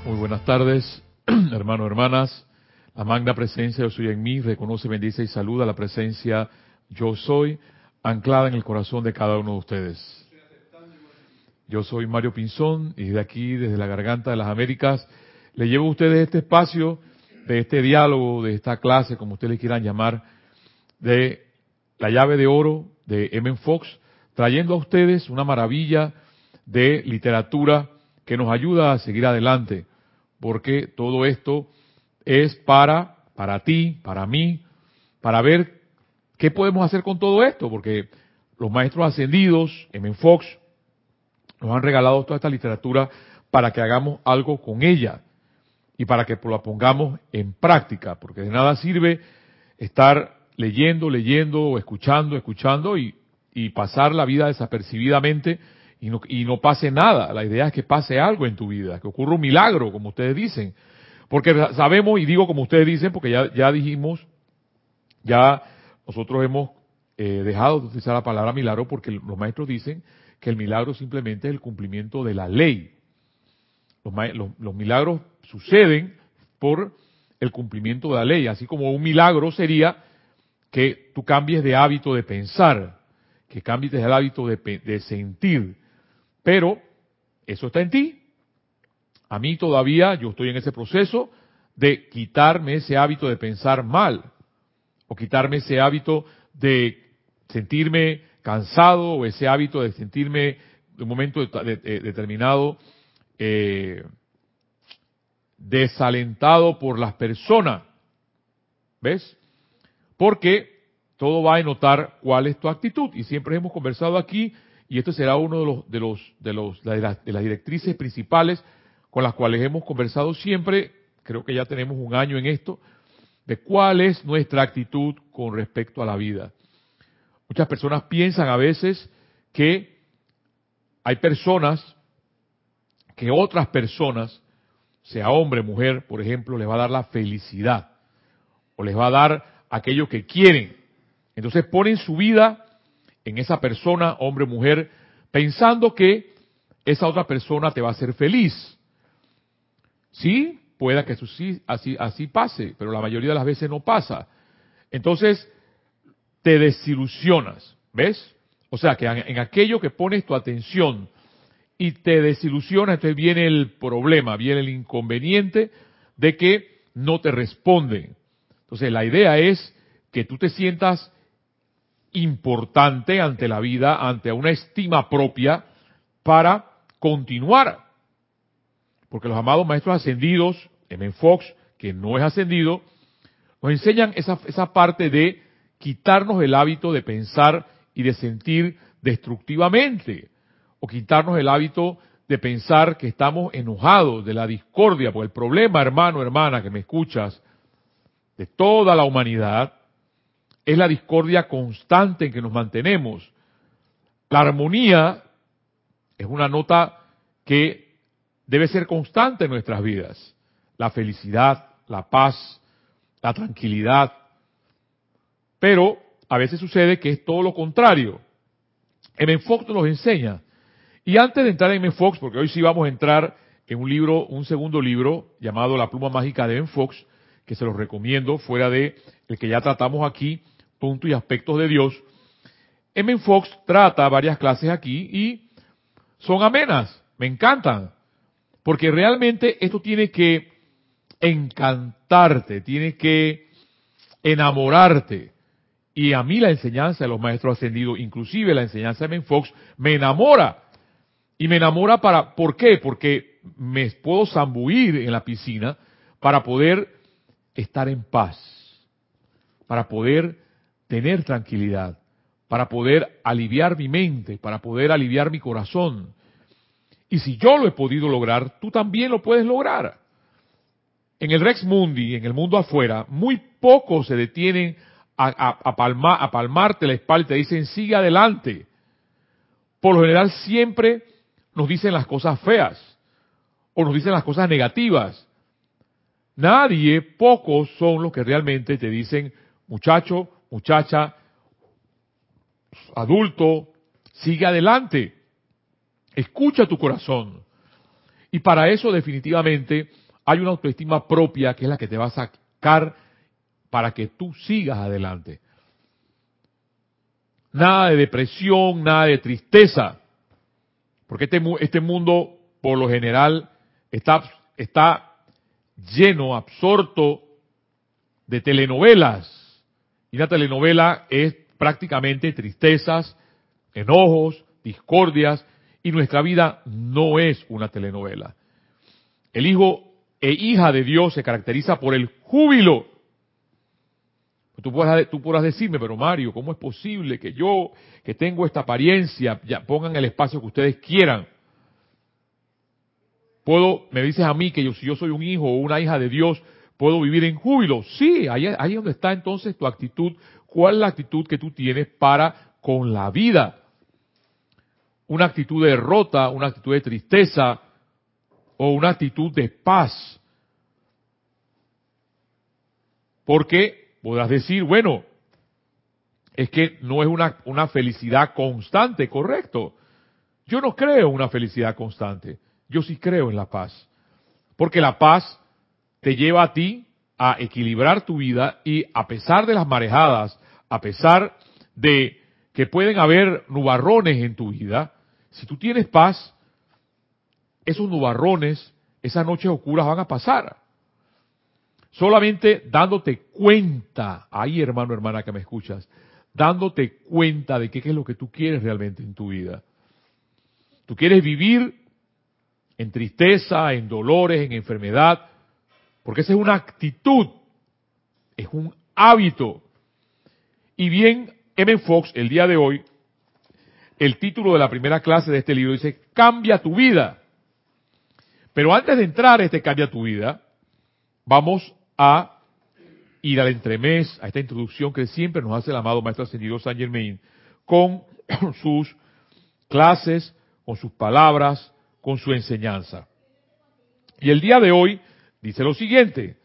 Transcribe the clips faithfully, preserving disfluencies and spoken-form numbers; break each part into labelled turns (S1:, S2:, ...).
S1: Muy buenas tardes, hermanos, hermanas. La magna presencia Yo Soy en mí reconoce, bendice y saluda la presencia Yo Soy, anclada en el corazón de cada uno de ustedes. Yo soy Mario Pinzón y desde aquí, desde la garganta de las Américas, le llevo a ustedes este espacio de este diálogo, de esta clase, como ustedes le quieran llamar, de la llave de oro de M. Fox, trayendo a ustedes una maravilla de literatura que nos ayuda a seguir adelante, porque todo esto es para, para ti, para mí, para ver qué podemos hacer con todo esto, porque los maestros ascendidos, M. Fox, nos han regalado toda esta literatura para que hagamos algo con ella y para que la pongamos en práctica, porque de nada sirve estar leyendo, leyendo, o escuchando, escuchando y, y pasar la vida desapercibidamente y no, y no pase nada. La idea es que pase algo en tu vida, que ocurra un milagro, como ustedes dicen. Porque sabemos, y digo como ustedes dicen, porque ya, ya dijimos, ya nosotros hemos eh, dejado de utilizar la palabra milagro porque los maestros dicen que el milagro simplemente es el cumplimiento de la ley. Los, los, los milagros suceden por el cumplimiento de la ley, así como un milagro sería que tú cambies de hábito de pensar, que cambies el hábito de, de sentir, pero eso está en ti. A mí todavía, yo estoy en ese proceso de quitarme ese hábito de pensar mal, o quitarme ese hábito de sentirme cansado, o ese hábito de sentirme en un momento de, de, de, determinado eh, desalentado por las personas. ¿Ves? Porque todo va a notar cuál es tu actitud. Y siempre hemos conversado aquí, y esto será uno de los de los de los de las, de las directrices principales con las cuales hemos conversado siempre. Creo que ya tenemos un año en esto, de cuál es nuestra actitud con respecto a la vida. Muchas personas piensan a veces que hay personas, que otras personas, sea hombre, mujer, por ejemplo, les va a dar la felicidad, o les va a dar aquello que quieren. Entonces ponen su vida en esa persona, hombre o mujer, pensando que esa otra persona te va a hacer feliz. Sí, pueda que eso sí, así, así pase, pero la mayoría de las veces no pasa. Entonces, te desilusionas, ¿ves? O sea, que en aquello que pones tu atención y te desilusionas, entonces viene el problema, viene el inconveniente de que no te responden. Entonces, la idea es que tú te sientas importante ante la vida, ante una estima propia, para continuar. Porque los amados maestros ascendidos, M. Fox, que no es ascendido, nos enseñan esa, esa parte de quitarnos el hábito de pensar y de sentir destructivamente, o quitarnos el hábito de pensar que estamos enojados, de la discordia, porque el problema, hermano, hermana, que me escuchas, de toda la humanidad, es la discordia constante en que nos mantenemos. La armonía es una nota que debe ser constante en nuestras vidas. La felicidad, la paz, la tranquilidad. Pero a veces sucede que es todo lo contrario. M. Fox nos enseña. Y antes de entrar en M. Fox, porque hoy sí vamos a entrar en un libro, un segundo libro llamado La Pluma Mágica de M. Fox, que se los recomiendo, fuera de el que ya tratamos aquí, Puntos y Aspectos de Dios. M. Fox trata varias clases aquí y son amenas, me encantan, porque realmente esto tiene que encantarte, tiene que enamorarte. Y a mí la enseñanza de los maestros ascendidos, inclusive la enseñanza de M. Fox, me enamora. Y me enamora para, ¿por qué? Porque me puedo zambuir en la piscina para poder estar en paz, para poder tener tranquilidad, para poder aliviar mi mente, para poder aliviar mi corazón. Y si yo lo he podido lograr, tú también lo puedes lograr. En el Rex Mundi, en el mundo afuera, muy pocos se detienen a, a, a, palma, a palmarte la espalda y te dicen, sigue adelante. Por lo general siempre nos dicen las cosas feas, o nos dicen las cosas negativas. Nadie, pocos son los que realmente te dicen, muchacho, muchacha, adulto, sigue adelante. Escucha tu corazón. Y para eso definitivamente hay una autoestima propia que es la que te va a sacar para que tú sigas adelante. Nada de depresión, nada de tristeza. Porque este, este mundo, por lo general, está, está lleno, absorto de telenovelas. Y una telenovela es prácticamente tristezas, enojos, discordias, y nuestra vida no es una telenovela. El hijo e hija de Dios se caracteriza por el júbilo. Tú podrás, tú podrás decirme, pero Mario, ¿cómo es posible que yo, que tengo esta apariencia, ya pongan el espacio que ustedes quieran? Puedo, me dices a mí que yo, si yo soy un hijo o una hija de Dios, puedo vivir en júbilo. Sí, ahí, ahí es donde está entonces tu actitud. ¿Cuál es la actitud que tú tienes para con la vida? Una actitud de derrota, una actitud de tristeza o una actitud de paz. Porque podrás decir, bueno, es que no es una, una felicidad constante, correcto. Yo no creo en una felicidad constante. Yo sí creo en la paz. Porque la paz te lleva a ti a equilibrar tu vida y a pesar de las marejadas, a pesar de que pueden haber nubarrones en tu vida, si tú tienes paz, esos nubarrones, esas noches oscuras van a pasar. Solamente dándote cuenta, ahí hermano, hermana que me escuchas, dándote cuenta de qué, qué es lo que tú quieres realmente en tu vida. Tú quieres vivir en tristeza, en dolores, en enfermedad, porque esa es una actitud, es un hábito. Y bien, M. Fox, el día de hoy, el título de la primera clase de este libro dice, cambia tu vida. Pero antes de entrar a este cambia tu vida, vamos a ir al entremés, a esta introducción que siempre nos hace el amado Maestro Ascendido Saint Germain, con sus clases, con sus palabras, con su enseñanza. Y el día de hoy dice lo siguiente,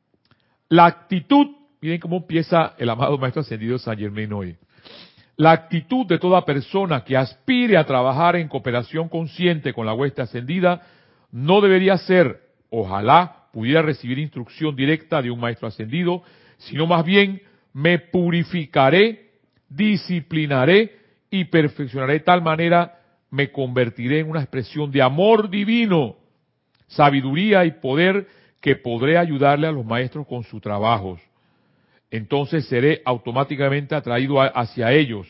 S1: la actitud, miren cómo empieza el amado Maestro Ascendido Saint Germain hoy, la actitud de toda persona que aspire a trabajar en cooperación consciente con la hueste ascendida no debería ser, ojalá pudiera recibir instrucción directa de un Maestro Ascendido, sino más bien me purificaré, disciplinaré y perfeccionaré de tal manera me convertiré en una expresión de amor divino, sabiduría y poder que podré ayudarle a los maestros con sus trabajos. Entonces seré automáticamente atraído a, hacia ellos.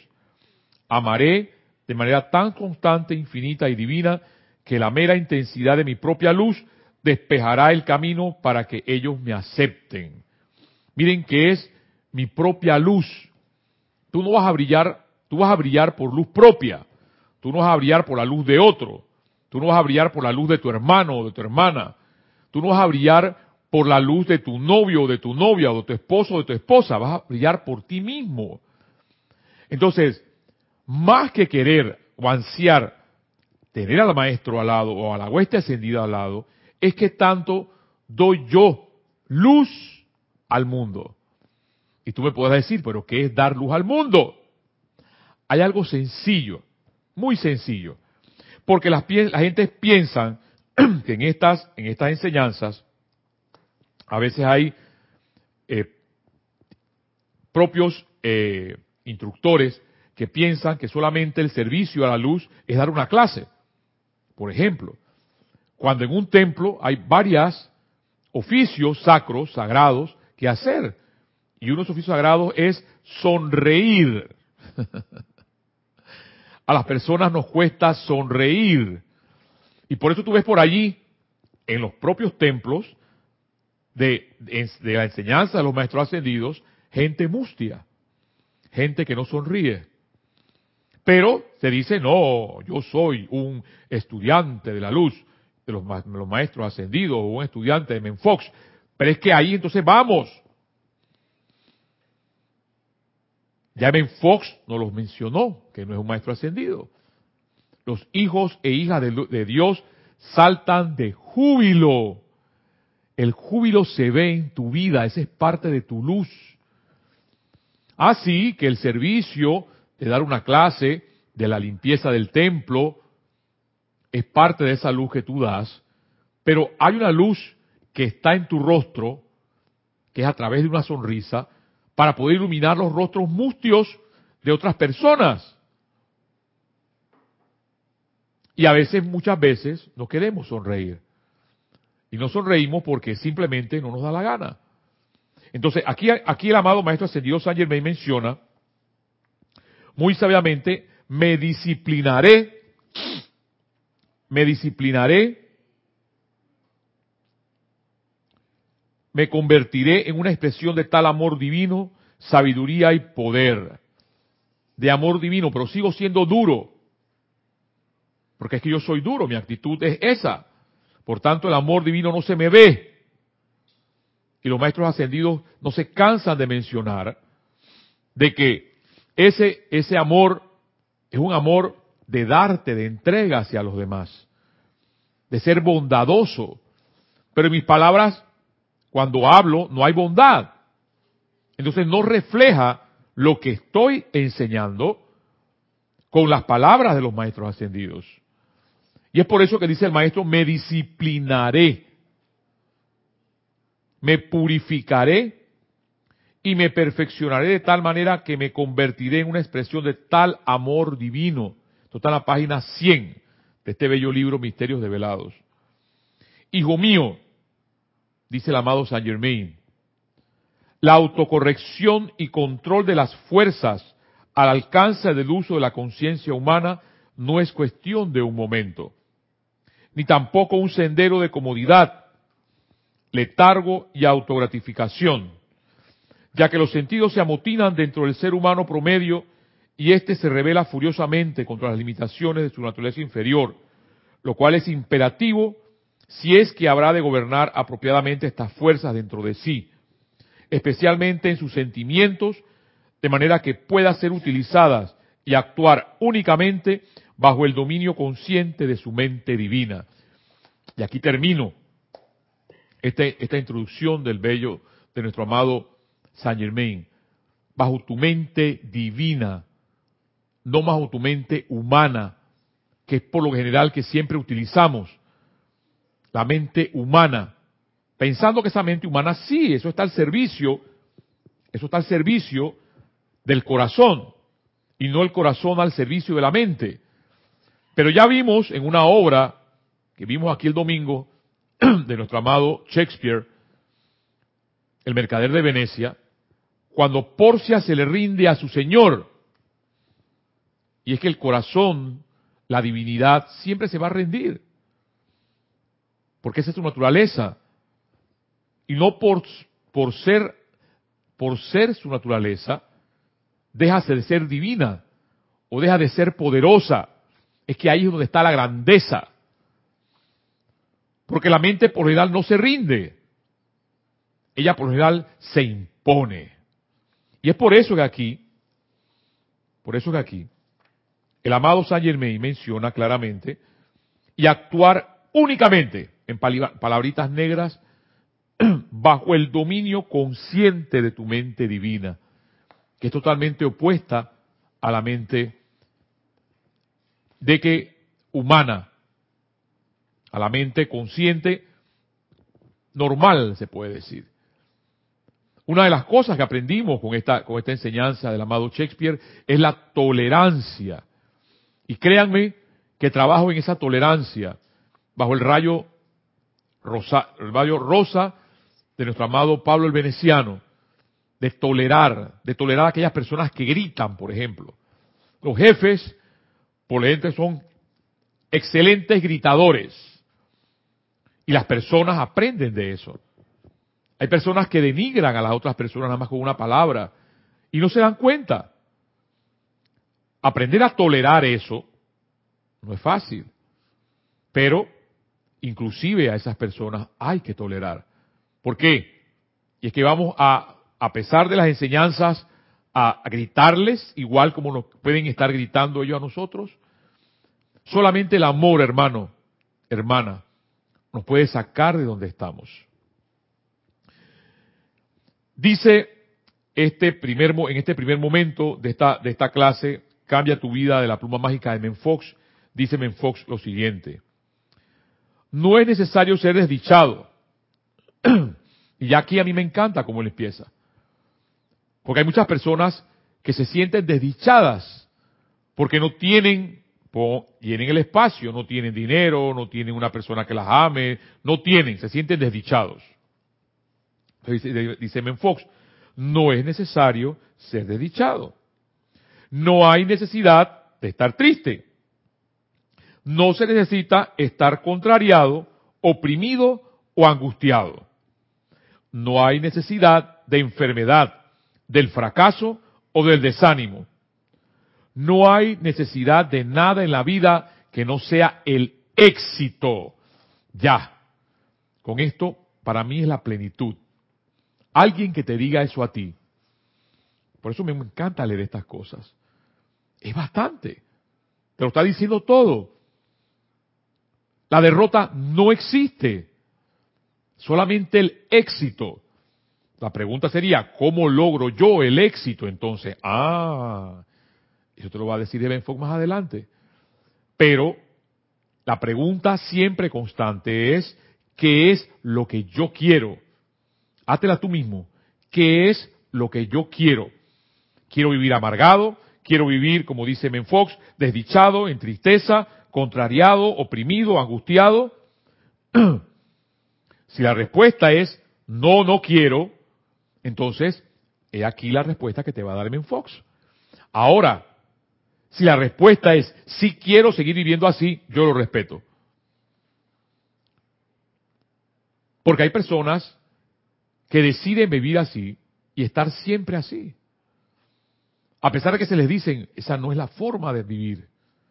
S1: Amaré de manera tan constante, infinita y divina que la mera intensidad de mi propia luz despejará el camino para que ellos me acepten. Miren que es mi propia luz. Tú no vas a brillar, tú vas a brillar por luz propia. Tú no vas a brillar por la luz de otro. Tú no vas a brillar por la luz de tu hermano o de tu hermana. Tú no vas a brillar por la luz de tu novio o de tu novia o de tu esposo o de tu esposa. Vas a brillar por ti mismo. Entonces, más que querer o ansiar tener al maestro al lado o a la hueste ascendida al lado, es que tanto doy yo luz al mundo. Y tú me podrás decir, pero ¿qué es dar luz al mundo? Hay algo sencillo, muy sencillo. Porque las, la gente piensan que en estas, en estas enseñanzas, a veces hay eh, propios eh, instructores que piensan que solamente el servicio a la luz es dar una clase. Por ejemplo, cuando en un templo hay varios oficios sacros, sagrados, que hacer. Y uno de esos oficios sagrados es sonreír. A las personas nos cuesta sonreír. Y por eso tú ves por allí, en los propios templos, de, de, de la enseñanza de los maestros ascendidos, gente mustia, gente que no sonríe. Pero se dice, no, yo soy un estudiante de la luz, de los, ma los maestros ascendidos, o un estudiante de Menfox. Pero es que ahí entonces vamos. Ya Menfox nos los mencionó, que no es un maestro ascendido. Los hijos e hijas de, de Dios saltan de júbilo. El júbilo se ve en tu vida, esa es parte de tu luz. Así que el servicio de dar una clase, de la limpieza del templo, es parte de esa luz que tú das. pero hay una luz que está en tu rostro, que es a través de una sonrisa, para poder iluminar los rostros mustios de otras personas. Y a veces, muchas veces, no queremos sonreír. Y no sonreímos porque simplemente no nos da la gana. Entonces, aquí, aquí el amado Maestro Ascendido Saint Germain menciona, muy sabiamente, me disciplinaré, me disciplinaré, me convertiré en una expresión de tal amor divino, sabiduría y poder. De amor divino, pero sigo siendo duro. Porque es que yo soy duro, mi actitud es esa. Por tanto, el amor divino no se me ve. Y los maestros ascendidos no se cansan de mencionar de que ese, ese amor es un amor de darte, de entrega hacia los demás, de ser bondadoso. Pero en mis palabras, cuando hablo, no hay bondad. Entonces no refleja lo que estoy enseñando con las palabras de los maestros ascendidos. Y es por eso que dice el maestro, me disciplinaré, me purificaré y me perfeccionaré de tal manera que me convertiré en una expresión de tal amor divino. Esto está en la página cien de este bello libro, Misterios Develados. Hijo mío, dice el amado Saint Germain, la autocorrección y control de las fuerzas al alcance del uso de la conciencia humana no es cuestión de un momento, ni tampoco un sendero de comodidad, letargo y autogratificación, ya que los sentidos se amotinan dentro del ser humano promedio y éste se revela furiosamente contra las limitaciones de su naturaleza inferior, lo cual es imperativo si es que habrá de gobernar apropiadamente estas fuerzas dentro de sí, especialmente en sus sentimientos, de manera que puedan ser utilizadas y actuar únicamente bajo el dominio consciente de su mente divina. Y aquí termino este, esta introducción del bello, de nuestro amado Saint Germain. Bajo tu mente divina, no bajo tu mente humana, que es por lo general que siempre utilizamos. La mente humana, pensando que esa mente humana sí, eso está al servicio, eso está al servicio del corazón, y no el corazón al servicio de la mente. Pero ya vimos en una obra que vimos aquí el domingo de nuestro amado Shakespeare, El mercader de Venecia, cuando Porcia se le rinde a su señor. Y es que el corazón, la divinidad, siempre se va a rendir. Porque esa es su naturaleza. Y no por, por ser, por ser su naturaleza, deja de ser divina o deja de ser poderosa. Es que ahí es donde está la grandeza. Porque la mente por lo general no se rinde. Ella por lo general se impone. Y es por eso que aquí, por eso que aquí, el amado Saint Germain menciona claramente, y actuar únicamente, en palabritas negras, bajo el dominio consciente de tu mente divina, que es totalmente opuesta a la mente de que humana, a la mente consciente normal, se puede decir. Una de las cosas que aprendimos con esta, con esta enseñanza del amado Shakespeare es la tolerancia. Y créanme que trabajo en esa tolerancia bajo el rayo rosa, el rayo rosa de nuestro amado Pablo el Veneciano, de tolerar, de tolerar a aquellas personas que gritan, por ejemplo. Los jefes, por ejemplo, son excelentes gritadores. Y las personas aprenden de eso. Hay personas que denigran a las otras personas nada más con una palabra y no se dan cuenta. Aprender a tolerar eso no es fácil, pero inclusive a esas personas hay que tolerar. ¿Por qué? Y es que vamos a, a pesar de las enseñanzas, a, a gritarles igual como nos pueden estar gritando ellos a nosotros. Solamente el amor, hermano, hermana, nos puede sacar de donde estamos. Dice este primer, en este primer momento de esta, de esta clase, Cambia tu vida, de la pluma mágica de Menfox, dice Menfox lo siguiente: no es necesario ser desdichado. Y aquí a mí me encanta cómo él empieza. Porque hay muchas personas que se sienten desdichadas porque no tienen, tienen el espacio, no tienen dinero, no tienen una persona que las ame, no tienen, se sienten desdichados. Dice, dice Men Fox, no es necesario ser desdichado. No hay necesidad de estar triste. No se necesita estar contrariado, oprimido o angustiado. No hay necesidad de enfermedad, del fracaso o del desánimo. No hay necesidad de nada en la vida que no sea el éxito. Ya. Con esto, para mí es la plenitud. Alguien que te diga eso a ti. Por eso me encanta leer estas cosas. Es bastante. Te lo está diciendo todo. La derrota no existe. Solamente el éxito. La pregunta sería, ¿cómo logro yo el éxito? Entonces, ah, eso te lo va a decir Ben Fox más adelante. Pero la pregunta siempre constante es, ¿qué es lo que yo quiero? Hátela tú mismo. ¿Qué es lo que yo quiero? ¿Quiero vivir amargado? ¿Quiero vivir, como dice Men Fox, desdichado, en tristeza, contrariado, oprimido, angustiado? Si la respuesta es no, no quiero, entonces he aquí la respuesta que te va a dar Men Fox. Ahora, si la respuesta es sí quiero seguir viviendo así, yo lo respeto. Porque hay personas que deciden vivir así y estar siempre así. A pesar de que se les dicen, esa no es la forma de vivir.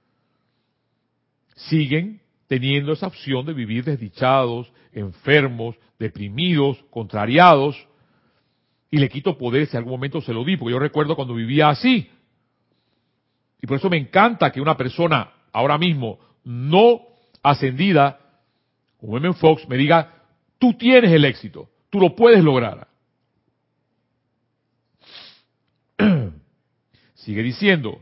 S1: Siguen teniendo esa opción de vivir desdichados, enfermos, deprimidos, contrariados. Y le quito poder si en algún momento se lo di, porque yo recuerdo cuando vivía así. Y por eso me encanta que una persona ahora mismo no ascendida, como Men Fox, me diga, tú tienes el éxito, tú lo puedes lograr. Sigue diciendo,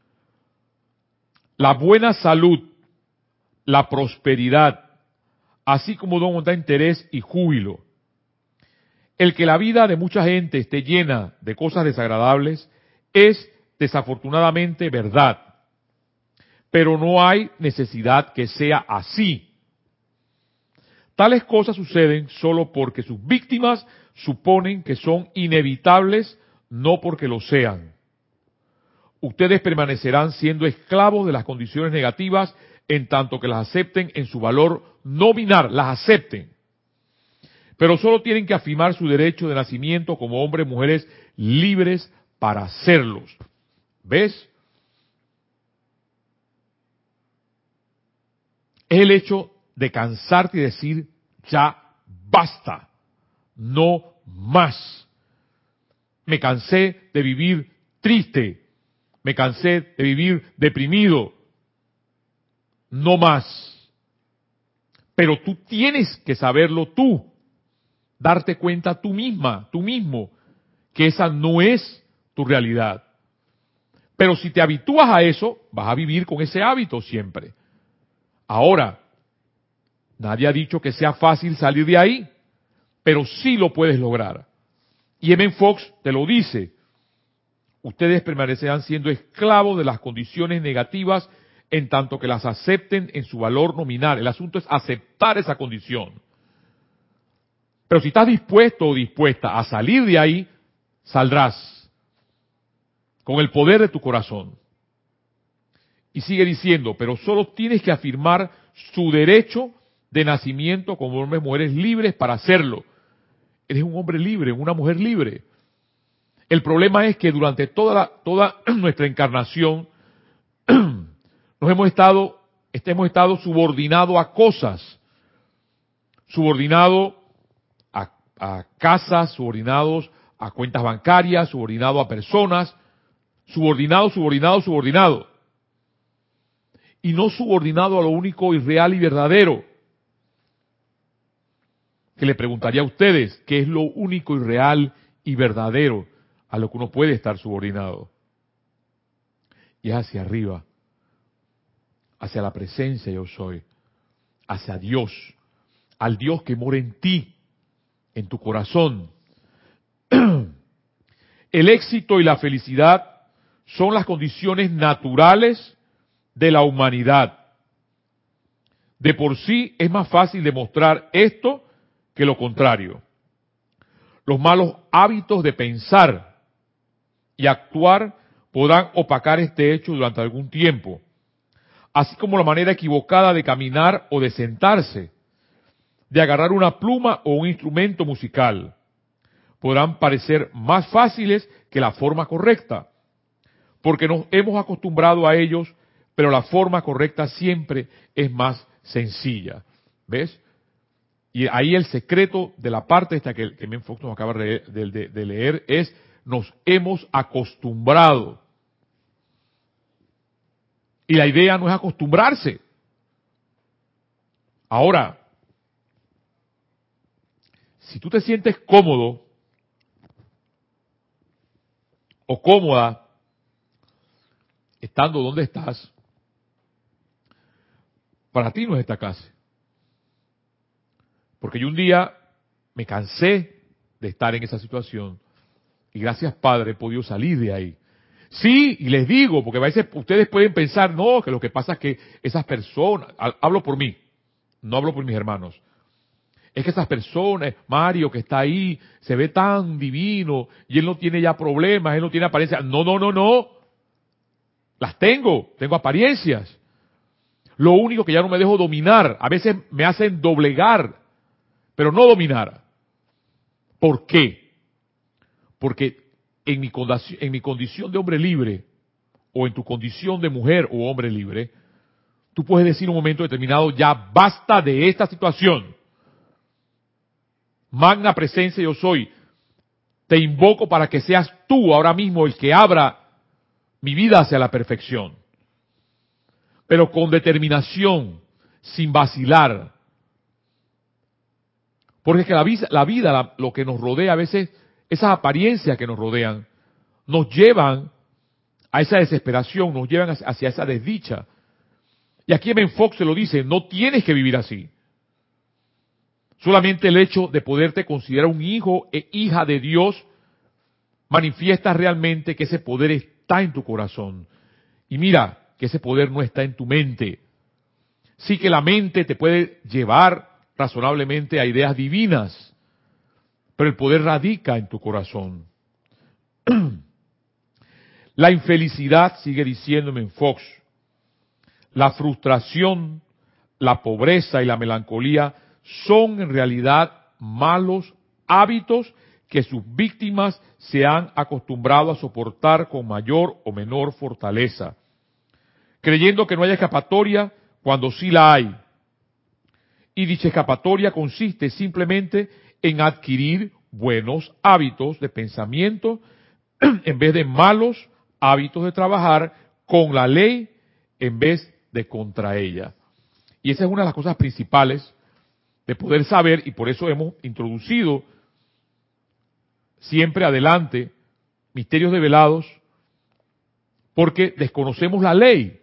S1: la buena salud, la prosperidad, así como don da interés y júbilo. El que la vida de mucha gente esté llena de cosas desagradables es desafortunadamente verdad. Pero no hay necesidad que sea así. Tales cosas suceden solo porque sus víctimas suponen que son inevitables, no porque lo sean. Ustedes permanecerán siendo esclavos de las condiciones negativas en tanto que las acepten en su valor nominal, las acepten. Pero solo tienen que afirmar su derecho de nacimiento como hombres y mujeres libres para hacerlos. ¿Ves? Es el hecho de cansarte y decir, ya basta, no más. Me cansé de vivir triste, me cansé de vivir deprimido, no más. Pero tú tienes que saberlo tú, darte cuenta tú misma, tú mismo, que esa no es tu realidad. Pero si te habitúas a eso, vas a vivir con ese hábito siempre. Ahora, nadie ha dicho que sea fácil salir de ahí, pero sí lo puedes lograr. Y Men Fox te lo dice, ustedes permanecerán siendo esclavos de las condiciones negativas en tanto que las acepten en su valor nominal. El asunto es aceptar esa condición. Pero si estás dispuesto o dispuesta a salir de ahí, saldrás con el poder de tu corazón. Y sigue diciendo, pero solo tienes que afirmar su derecho de nacimiento como hombres y mujeres libres para hacerlo. Eres un hombre libre, una mujer libre. El problema es que durante toda, la, toda nuestra encarnación nos hemos estado, hemos estado subordinados a cosas, subordinados a, a casas, subordinados a cuentas bancarias, subordinados a personas, subordinados, subordinados, subordinados. Y no subordinado a lo único y real y verdadero. Que le preguntaría a ustedes, ¿qué es lo único y real y verdadero a lo que uno puede estar subordinado? Y es hacia arriba, hacia la presencia yo soy, hacia Dios, al Dios que mora en ti, en tu corazón. El éxito y la felicidad son las condiciones naturales de la humanidad. De por sí es más fácil demostrar esto que lo contrario. Los malos hábitos de pensar y actuar podrán opacar este hecho durante algún tiempo, así como la manera equivocada de caminar o de sentarse, de agarrar una pluma o un instrumento musical. Podrán parecer más fáciles que la forma correcta, porque nos hemos acostumbrado a ellos, pero la forma correcta siempre es más sencilla. ¿Ves? Y ahí el secreto de la parte esta que, que Ben Fox nos acaba de, de, de leer es: nos hemos acostumbrado. Y la idea no es acostumbrarse. Ahora, si tú te sientes cómodo o cómoda estando donde estás, para ti no es esta casa. Porque yo un día me cansé de estar en esa situación y gracias Padre he podido salir de ahí. Sí, y les digo, porque a veces ustedes pueden pensar, no, que lo que pasa es que esas personas, hablo por mí, no hablo por mis hermanos, es que esas personas, Mario que está ahí, se ve tan divino y él no tiene ya problemas, él no tiene apariencia. No, no, no, no. Las tengo, tengo apariencias. Lo único que ya no me dejo dominar, a veces me hacen doblegar, pero no dominar. ¿Por qué? Porque en mi, condición, en mi condición de hombre libre, o en tu condición de mujer o hombre libre, tú puedes decir en un momento determinado, ya basta de esta situación. Magna presencia yo soy. Te invoco para que seas tú ahora mismo el que abra mi vida hacia la perfección. Pero con determinación, sin vacilar. Porque es que la vida, la vida la, lo que nos rodea a veces, esas apariencias que nos rodean, nos llevan a esa desesperación, nos llevan hacia esa desdicha. Y aquí Ben Fox se lo dice, no tienes que vivir así. Solamente el hecho de poderte considerar un hijo e hija de Dios manifiesta realmente que ese poder está en tu corazón. Y mira, que ese poder no está en tu mente. Sí que la mente te puede llevar razonablemente a ideas divinas, pero el poder radica en tu corazón. La infelicidad, sigue diciéndome en Fox, la frustración, la pobreza y la melancolía son en realidad malos hábitos que sus víctimas se han acostumbrado a soportar con mayor o menor fortaleza, creyendo que no hay escapatoria cuando sí la hay. Y dicha escapatoria consiste simplemente en adquirir buenos hábitos de pensamiento en vez de malos hábitos de trabajar con la ley en vez de contra ella. Y esa es una de las cosas principales de poder saber, y por eso hemos introducido siempre adelante misterios develados, porque desconocemos la ley.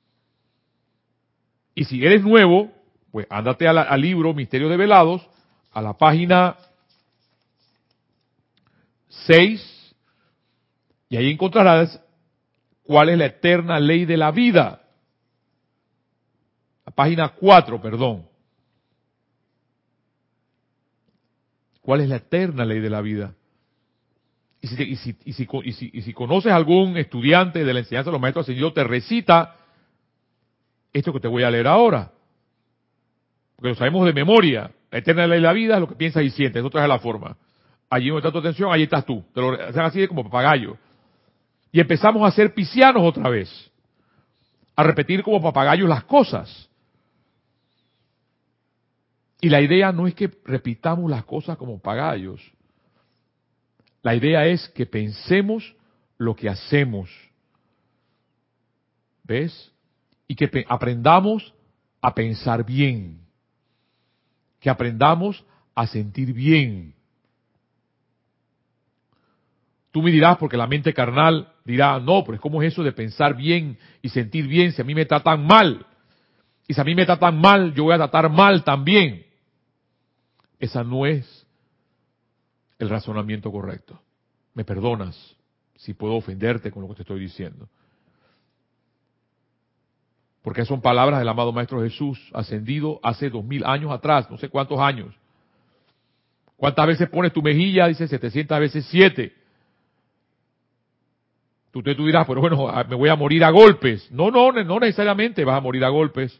S1: Y si eres nuevo, pues ándate a la, al libro Misterios Develados, a la página seis, y ahí encontrarás cuál es la eterna ley de la vida. La página cuatro, perdón. ¿Cuál es la eterna ley de la vida? Y si, y si, y si, y si, y si conoces a algún estudiante de la enseñanza de los maestros ascendidos, te recita esto que te voy a leer ahora. Porque lo sabemos de memoria. La eterna ley de la vida es lo que piensas y sientes. Eso trae la forma. Allí donde está tu atención, allí estás tú. Te lo hacen así como papagayo. Y empezamos a ser piscianos otra vez. A repetir como papagayos las cosas. Y la idea no es que repitamos las cosas como papagayos. La idea es que pensemos lo que hacemos. ¿Ves? Y que aprendamos a pensar bien. Que aprendamos a sentir bien. Tú me dirás, porque la mente carnal dirá, no, pero ¿cómo es eso de pensar bien y sentir bien si a mí me tratan mal? Y si a mí me tratan mal, yo voy a tratar mal también. Esa no es el razonamiento correcto. Me perdonas si puedo ofenderte con lo que te estoy diciendo. Porque son palabras del amado Maestro Jesús, ascendido hace dos mil años atrás, no sé cuántos años. ¿Cuántas veces pones tu mejilla? Dice setecientas veces siete. Tú te tú dirás, pero bueno, me voy a morir a golpes. No, no, no necesariamente vas a morir a golpes.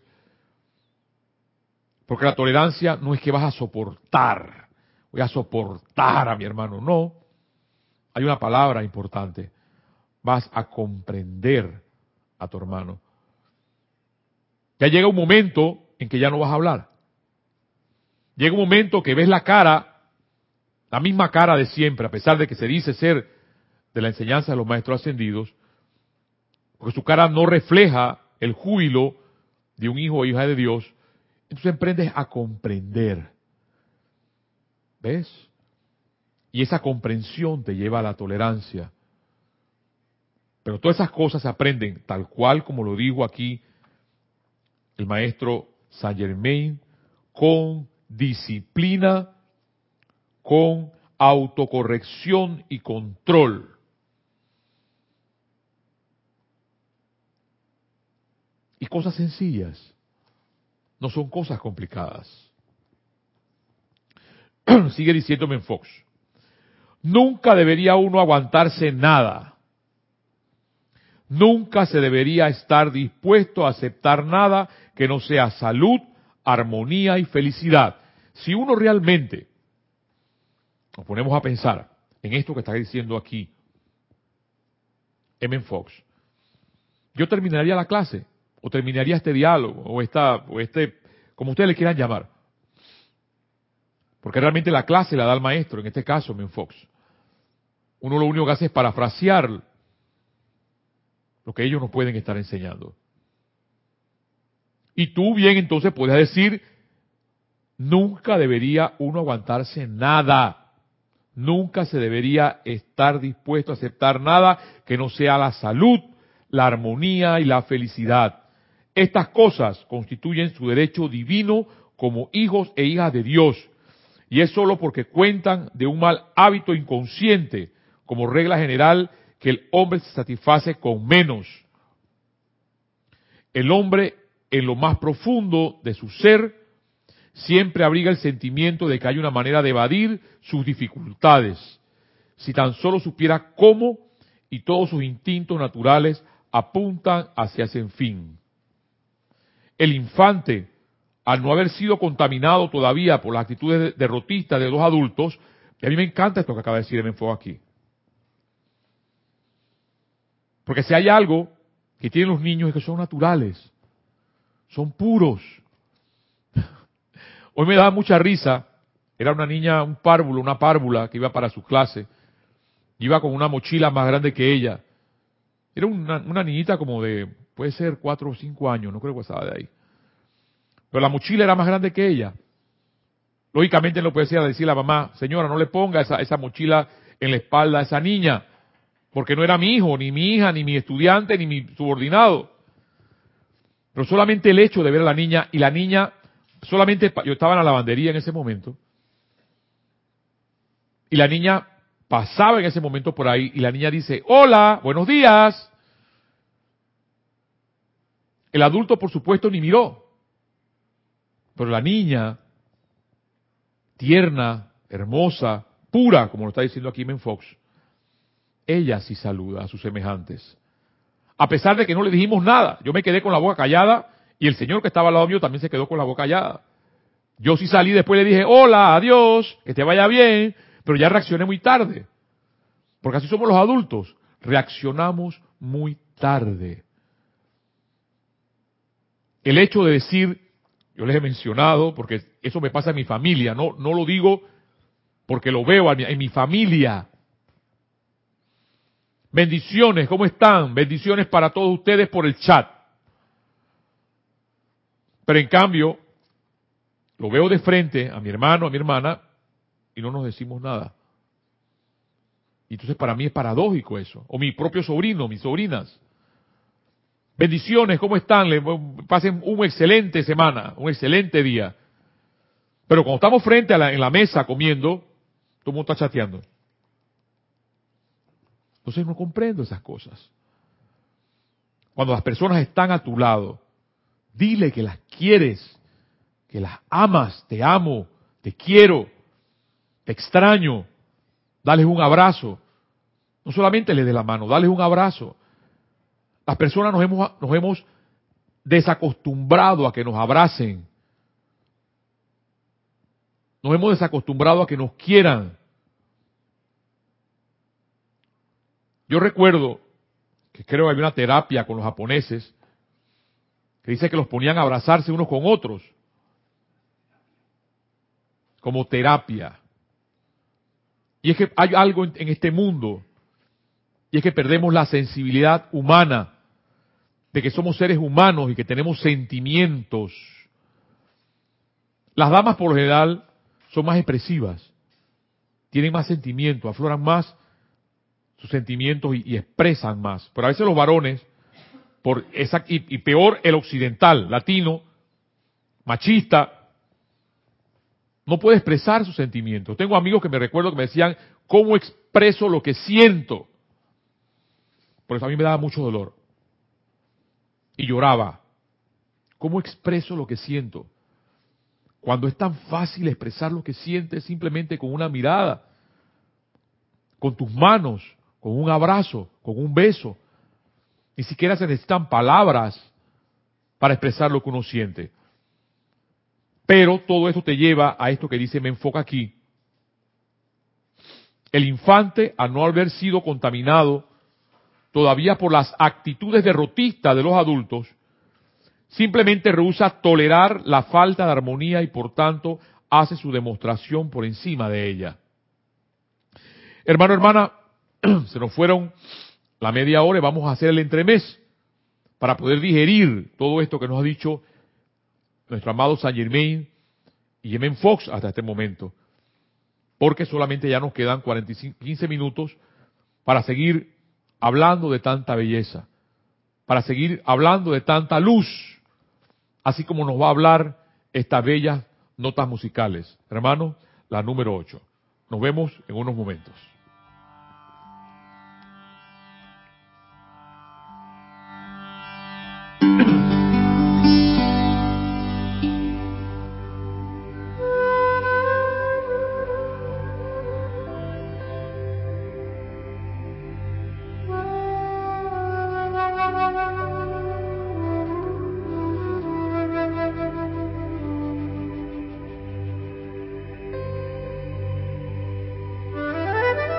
S1: Porque la tolerancia no es que vas a soportar. Voy a soportar a mi hermano. No. Hay una palabra importante. Vas a comprender a tu hermano. Ya llega un momento en que ya no vas a hablar. Llega un momento que ves la cara, la misma cara de siempre, a pesar de que se dice ser de la enseñanza de los maestros ascendidos, porque su cara no refleja el júbilo de un hijo o hija de Dios, entonces aprendes a comprender. ¿Ves? Y esa comprensión te lleva a la tolerancia. Pero todas esas cosas se aprenden tal cual como lo dijo aquí el maestro Saint Germain, con disciplina, con autocorrección y control. Y cosas sencillas, no son cosas complicadas. Sigue diciéndome en Fox. Nunca debería uno aguantarse nada. Nunca se debería estar dispuesto a aceptar nada que no sea salud, armonía y felicidad. Si uno realmente nos ponemos a pensar en esto que está diciendo aquí M. Fox, yo terminaría la clase, o terminaría este diálogo, o esta, o este, como ustedes le quieran llamar. Porque realmente la clase la da el maestro, en este caso M. Fox. Uno lo único que hace es parafrasear lo que ellos nos pueden estar enseñando. Y tú bien entonces puedes decir, nunca debería uno aguantarse nada. Nunca se debería estar dispuesto a aceptar nada que no sea la salud, la armonía y la felicidad. Estas cosas constituyen su derecho divino como hijos e hijas de Dios. Y es solo porque cuentan de un mal hábito inconsciente, como regla general, que el hombre se satisface con menos. El hombre, en lo más profundo de su ser, siempre abriga el sentimiento de que hay una manera de evadir sus dificultades. Si tan solo supiera cómo, y todos sus instintos naturales apuntan hacia ese fin. El infante, al no haber sido contaminado todavía por las actitudes derrotistas de los adultos, y a mí me encanta esto que acaba de decir el Menfo aquí. Porque si hay algo que tienen los niños es que son naturales, son puros. Hoy me daba mucha risa, era una niña, un párvulo, una párvula que iba para su clase, iba con una mochila más grande que ella. Era una, una niñita como de, puede ser cuatro o cinco años, no creo que estaba de ahí. Pero la mochila era más grande que ella. Lógicamente no puede ser a decir a la mamá, señora, no le ponga esa, esa mochila en la espalda a esa niña, porque no era mi hijo, ni mi hija, ni mi estudiante, ni mi subordinado. Pero solamente el hecho de ver a la niña, y la niña, solamente, yo estaba en la lavandería en ese momento, y la niña pasaba en ese momento por ahí, y la niña dice, hola, buenos días. El adulto, por supuesto, ni miró. Pero la niña, tierna, hermosa, pura, como lo está diciendo aquí Men Fox, ella sí saluda a sus semejantes. A pesar de que no le dijimos nada, yo me quedé con la boca callada y el señor que estaba al lado mío también se quedó con la boca callada. Yo sí salí, después le dije, hola, adiós, que te vaya bien, pero ya reaccioné muy tarde. Porque así somos los adultos, reaccionamos muy tarde. El hecho de decir, yo les he mencionado, porque eso me pasa en mi familia, no, no lo digo porque lo veo en mi familia. Bendiciones, ¿cómo están? Bendiciones para todos ustedes por el chat. Pero en cambio, lo veo de frente a mi hermano, a mi hermana, y no nos decimos nada. Y entonces para mí es paradójico eso. O mi propio sobrino, mis sobrinas. Bendiciones, ¿cómo están? Le, pasen una excelente semana, un excelente día. Pero cuando estamos frente a la, en la mesa comiendo, todo el mundo está chateando. Entonces no comprendo esas cosas. Cuando las personas están a tu lado, dile que las quieres, que las amas, te amo, te quiero, te extraño. Dales un abrazo. No solamente le des la mano, dales un abrazo. Las personas nos hemos, nos hemos desacostumbrado a que nos abracen. Nos hemos desacostumbrado a que nos quieran. Yo recuerdo que creo que había una terapia con los japoneses que dice que los ponían a abrazarse unos con otros. Como terapia. Y es que hay algo en, en este mundo, y es que perdemos la sensibilidad humana, de que somos seres humanos y que tenemos sentimientos. Las damas por lo general son más expresivas, tienen más sentimientos, afloran más sus sentimientos y, y expresan más. Pero a veces los varones, por esa, y, y peor el occidental, latino, machista, no puede expresar sus sentimientos. Tengo amigos que me recuerdo que me decían, ¿cómo expreso lo que siento? Por eso a mí me daba mucho dolor. Y lloraba. ¿Cómo expreso lo que siento? Cuando es tan fácil expresar lo que sientes simplemente con una mirada, con tus manos, con un abrazo, con un beso. Ni siquiera se necesitan palabras para expresar lo que uno siente. Pero todo esto te lleva a esto que dice, me enfoca aquí. El infante, al no haber sido contaminado todavía por las actitudes derrotistas de los adultos, simplemente rehúsa tolerar la falta de armonía y por tanto hace su demostración por encima de ella. Hermano, hermana, se nos fueron la media hora y vamos a hacer el entremés para poder digerir todo esto que nos ha dicho nuestro amado Saint Germain y Yemen Fox hasta este momento. Porque solamente ya nos quedan cuarenta y cinco, quince minutos para seguir hablando de tanta belleza, para seguir hablando de tanta luz, así como nos va a hablar estas bellas notas musicales. Hermano, la número ocho. Nos vemos en unos momentos.
S2: Thank you.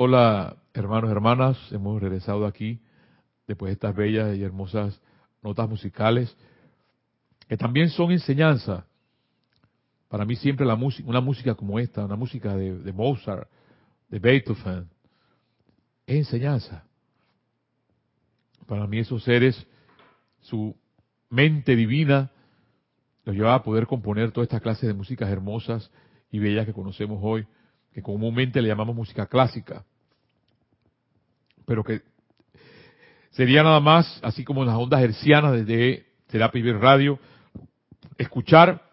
S1: Hola, hermanos, hermanas, hemos regresado aquí después de estas bellas y hermosas notas musicales que también son enseñanza. Para mí siempre la música, una música como esta, una música de, de Mozart, de Beethoven, es enseñanza. Para mí esos seres, su mente divina los llevaba a poder componer toda esta clase de músicas hermosas y bellas que conocemos hoy, que comúnmente le llamamos música clásica, pero que sería nada más, así como en las ondas hercianas desde Terapia y Radio, escuchar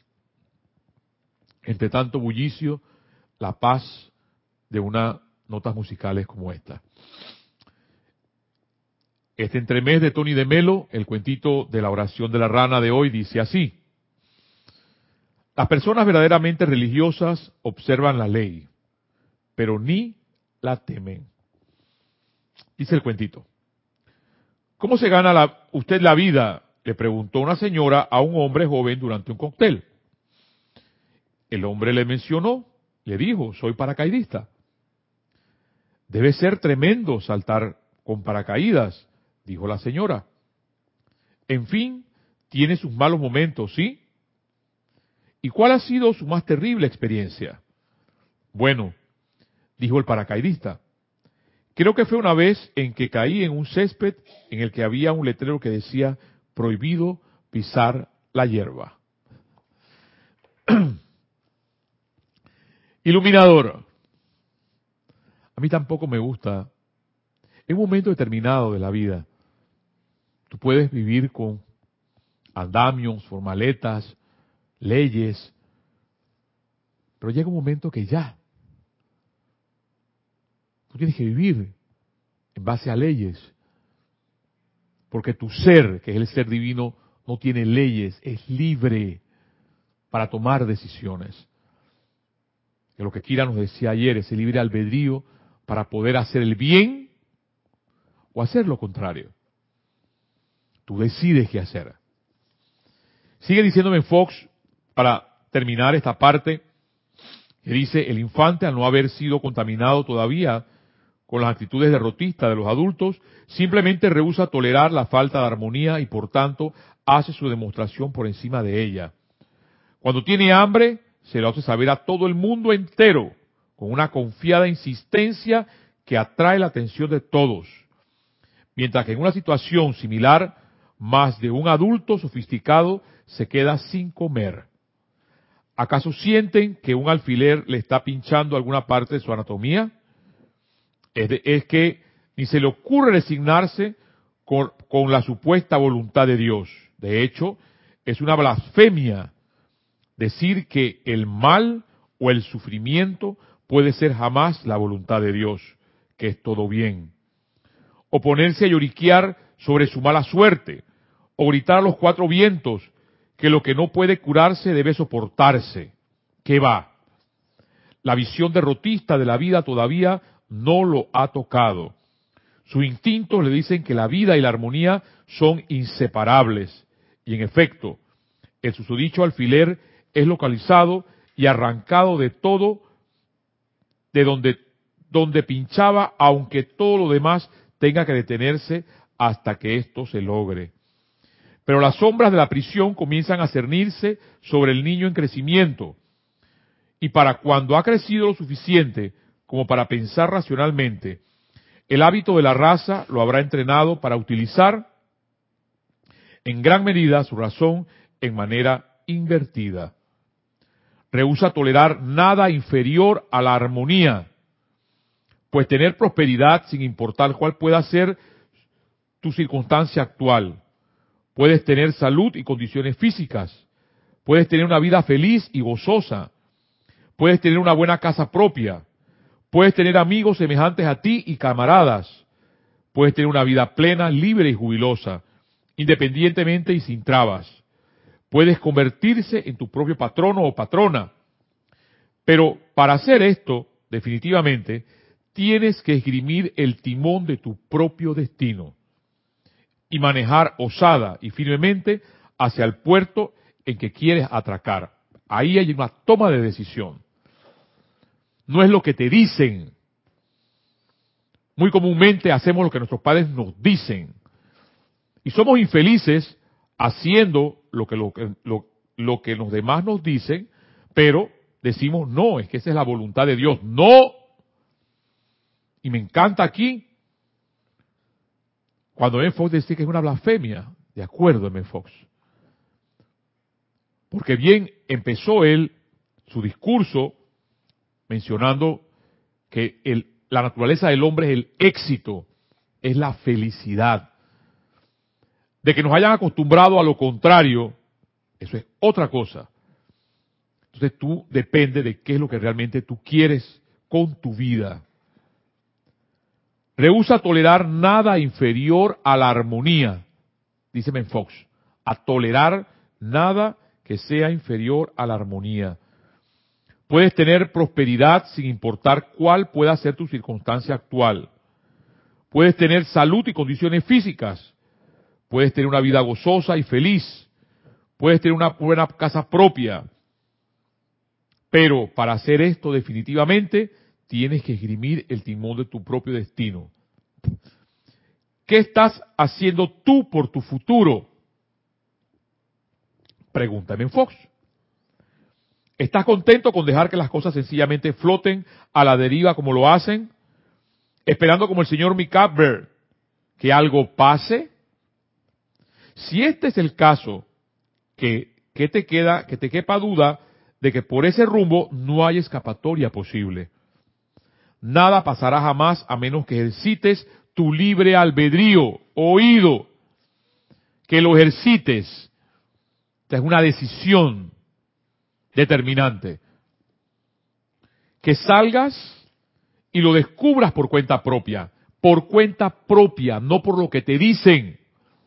S1: entre tanto bullicio la paz de unas notas musicales como esta. Este entremés de Tony de Melo, el cuentito de la oración de la rana de hoy, dice así: las personas verdaderamente religiosas observan la ley, pero ni la temen. Dice el cuentito: ¿cómo se gana la, usted la vida?, le preguntó una señora a un hombre joven durante un cóctel. El hombre le mencionó, le dijo: soy paracaidista. Debe ser tremendo saltar con paracaídas, dijo la señora. En fin, tiene sus malos momentos, ¿sí? ¿Y cuál ha sido su más terrible experiencia? Bueno, dijo el paracaidista, creo que fue una vez en que caí en un césped en el que había un letrero que decía: prohibido pisar la hierba. Iluminador. A mí tampoco me gusta. En un momento determinado de la vida, tú puedes vivir con andamios, formaletas, leyes, pero llega un momento que ya, tú tienes que vivir en base a leyes, porque tu ser, que es el ser divino, no tiene leyes, es libre para tomar decisiones. Que lo que Kira nos decía ayer, ese libre albedrío para poder hacer el bien o hacer lo contrario. Tú decides qué hacer. Sigue diciéndome Fox, para terminar esta parte, que dice: el infante, al no haber sido contaminado todavía con las actitudes derrotistas de los adultos, simplemente rehúsa tolerar la falta de armonía y por tanto hace su demostración por encima de ella. Cuando tiene hambre, se lo hace saber a todo el mundo entero, con una confiada insistencia que atrae la atención de todos. Mientras que en una situación similar, más de un adulto sofisticado se queda sin comer. ¿Acaso sienten que un alfiler le está pinchando alguna parte de su anatomía? Es, de, es que ni se le ocurre resignarse con, con la supuesta voluntad de Dios. De hecho, es una blasfemia decir que el mal o el sufrimiento puede ser jamás la voluntad de Dios, que es todo bien. O ponerse a lloriquear sobre su mala suerte, o gritar a los cuatro vientos que lo que no puede curarse debe soportarse. ¿Qué va? La visión derrotista de la vida todavía no lo ha tocado. Sus instintos le dicen que la vida y la armonía son inseparables. Y en efecto, el susodicho alfiler es localizado y arrancado de todo, de donde, donde pinchaba, aunque todo lo demás tenga que detenerse hasta que esto se logre. Pero las sombras de la prisión comienzan a cernirse sobre el niño en crecimiento. Y para cuando ha crecido lo suficiente como para pensar racionalmente, el hábito de la raza lo habrá entrenado para utilizar en gran medida su razón en manera invertida. Rehúsa tolerar nada inferior a la armonía, pues tener prosperidad sin importar cuál pueda ser tu circunstancia actual. Puedes tener salud y condiciones físicas, puedes tener una vida feliz y gozosa, puedes tener una buena casa propia, puedes tener amigos semejantes a ti y camaradas, puedes tener una vida plena, libre y jubilosa, independientemente y sin trabas. Puedes convertirse en tu propio patrono o patrona. Pero para hacer esto, definitivamente, tienes que esgrimir el timón de tu propio destino y manejar osada y firmemente hacia el puerto en que quieres atracar. Ahí hay una toma de decisión. No es lo que te dicen, muy comúnmente hacemos lo que nuestros padres nos dicen. Y somos infelices haciendo lo que, lo, lo, lo que los demás nos dicen, pero decimos, no, es que esa es la voluntad de Dios. No. Y me encanta aquí, cuando M. Fox dice que es una blasfemia, de acuerdo, M. Fox. Porque bien empezó él su discurso mencionando que el, la naturaleza del hombre es el éxito, es la felicidad. De que nos hayan acostumbrado a lo contrario, eso es otra cosa. Entonces tú depende de qué es lo que realmente tú quieres con tu vida. Rehúsa tolerar nada inferior a la armonía, dice M. Fox, a tolerar nada que sea inferior a la armonía. Puedes tener prosperidad sin importar cuál pueda ser tu circunstancia actual. Puedes tener salud y condiciones físicas. Puedes tener una vida gozosa y feliz. Puedes tener una buena casa propia. Pero para hacer esto definitivamente tienes que esgrimir el timón de tu propio destino. ¿Qué estás haciendo tú por tu futuro? Pregúntame en Fox. ¿Estás contento con dejar que las cosas sencillamente floten a la deriva como lo hacen? Esperando como el señor McCarver que algo pase. Si este es el caso, que, que te queda, que te quepa duda de que por ese rumbo no hay escapatoria posible. Nada pasará jamás a menos que ejercites tu libre albedrío, oído, que lo ejercites. Esta es una decisión determinante. Que salgas y lo descubras por cuenta propia, por cuenta propia, no por lo que te dicen.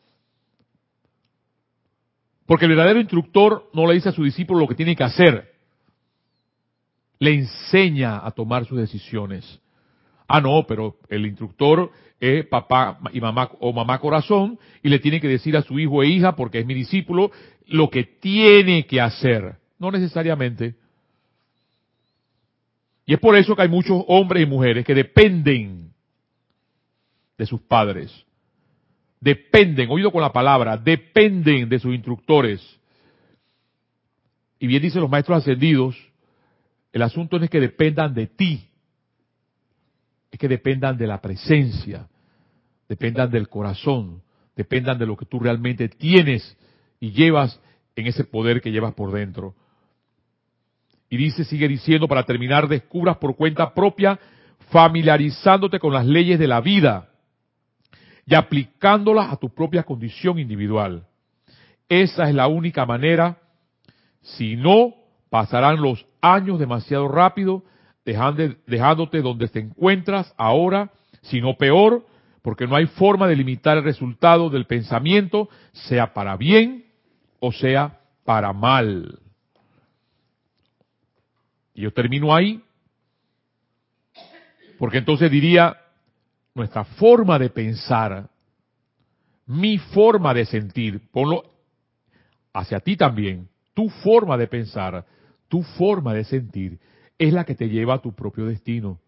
S1: Porque el verdadero instructor no le dice a su discípulo lo que tiene que hacer. Le enseña a tomar sus decisiones. Ah, no, pero el instructor es papá y mamá o mamá corazón y le tiene que decir a su hijo e hija, porque es mi discípulo, lo que tiene que hacer. No necesariamente. Y es por eso que hay muchos hombres y mujeres que dependen de sus padres. Dependen, oído con la palabra, dependen de sus instructores. Y bien dicen los maestros ascendidos, el asunto no es que dependan de ti, es que dependan de la presencia, dependan del corazón, dependan de lo que tú realmente tienes y llevas en ese poder que llevas por dentro. Y dice, sigue diciendo, para terminar, descubras por cuenta propia, familiarizándote con las leyes de la vida y aplicándolas a tu propia condición individual. Esa es la única manera. Si no, pasarán los años demasiado rápido, dejando, dejándote donde te encuentras ahora, si no peor, porque no hay forma de limitar el resultado del pensamiento, sea para bien o sea para mal. Y yo termino ahí, porque entonces diría, nuestra forma de pensar, mi forma de sentir, ponlo hacia ti también, tu forma de pensar, tu forma de sentir, es la que te lleva a tu propio destino.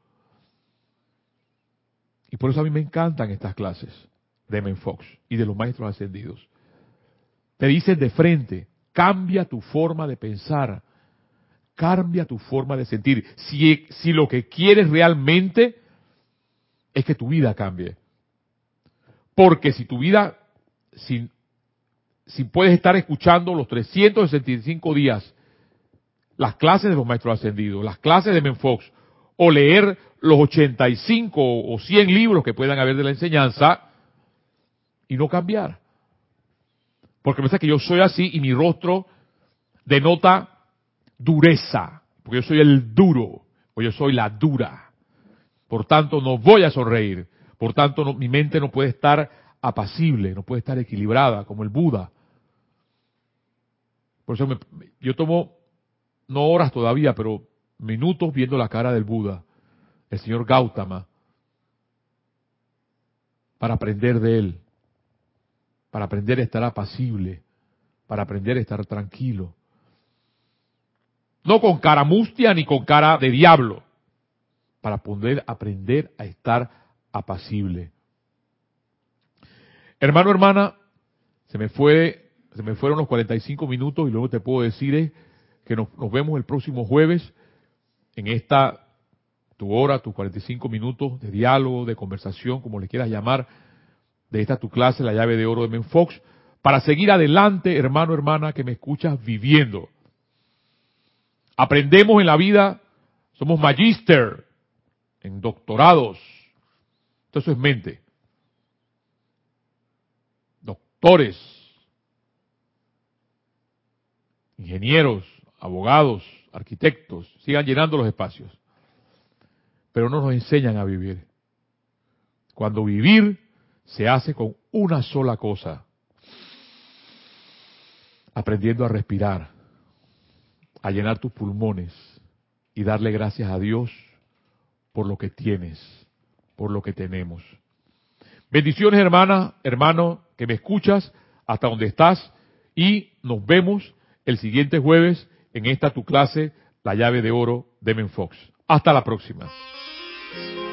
S1: Y por eso a mí me encantan estas clases de M. Fox y de los maestros ascendidos. Te dicen de frente, cambia tu forma de pensar, cambia tu forma de sentir. Si, si lo que quieres realmente es que tu vida cambie. Porque si tu vida, si, si puedes estar escuchando los trescientos sesenta y cinco días, las clases de los maestros ascendidos, las clases de M. Fox, o leer los ochenta y cinco o cien libros que puedan haber de la enseñanza, y no cambiar. Porque me parece que yo soy así y mi rostro denota dureza, porque yo soy el duro, o yo soy la dura. Por tanto, no voy a sonreír. Por tanto, no, mi mente no puede estar apacible, no puede estar equilibrada, como el Buda. Por eso me, yo tomo, no horas todavía, pero minutos viendo la cara del Buda, el señor Gautama, para aprender de él, para aprender a estar apacible, para aprender a estar tranquilo. No con cara mustia ni con cara de diablo, para poder aprender a estar apacible. Hermano, hermana, se me fue, se me fueron los cuarenta y cinco minutos y luego te puedo decir es que nos, nos vemos el próximo jueves en esta tu hora, tus cuarenta y cinco minutos de diálogo, de conversación, como le quieras llamar, de esta tu clase, la llave de oro de Men Fox, para seguir adelante, hermano, hermana, que me escuchas viviendo. Aprendemos en la vida, somos magíster, en doctorados, todo eso es mente. Doctores, ingenieros, abogados, arquitectos, sigan llenando los espacios. Pero no nos enseñan a vivir. Cuando vivir se hace con una sola cosa. Aprendiendo a respirar, a llenar tus pulmones y darle gracias a Dios por lo que tienes, por lo que tenemos. Bendiciones, hermana, hermano, que me escuchas hasta donde estás y nos vemos el siguiente jueves en esta tu clase, la llave de oro de Men Fox. Hasta la próxima.